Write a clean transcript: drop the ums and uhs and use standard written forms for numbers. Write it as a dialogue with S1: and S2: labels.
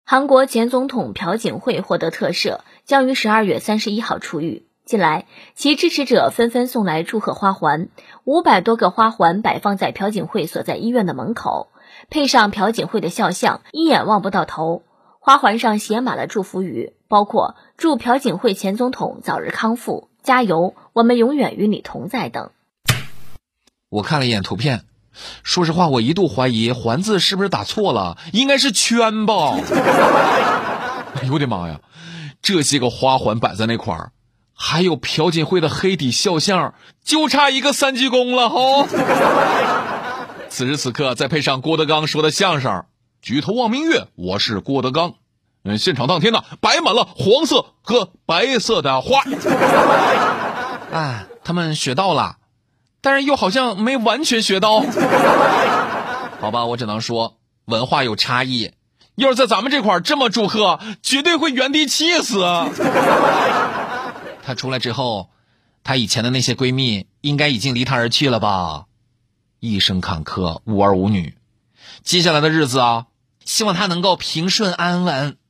S1: 韩国前总统朴槿惠获得特赦，将于12月31号出狱。近来，其支持者纷纷送来祝贺花环，500多个花环摆放在朴槿惠所在医院的门口，配上朴槿惠的肖像，一眼望不到头。花环上写满了祝福语，包括祝朴槿惠前总统早日康复、加油、我们永远与你同在等。
S2: 我看了一眼图片，说实话，我一度怀疑环字是不是打错了，应该是圈吧。哎呦我的妈呀，这些个花环摆在那块儿，还有朴槿惠的黑底肖像，就差一个3鞠躬了吼。此时此刻再配上郭德纲说的相声，举头望明月，我是郭德纲。现场当天呢，摆满了黄色和白色的花。哎，他们学到了，但是又好像没完全学到。好吧，我只能说文化有差异，要是在咱们这块这么祝贺，绝对会原地气死。她出来之后，她以前的那些闺蜜应该已经离她而去了吧。一生坎坷，无儿无女，接下来的日子啊，希望她能够平顺安稳。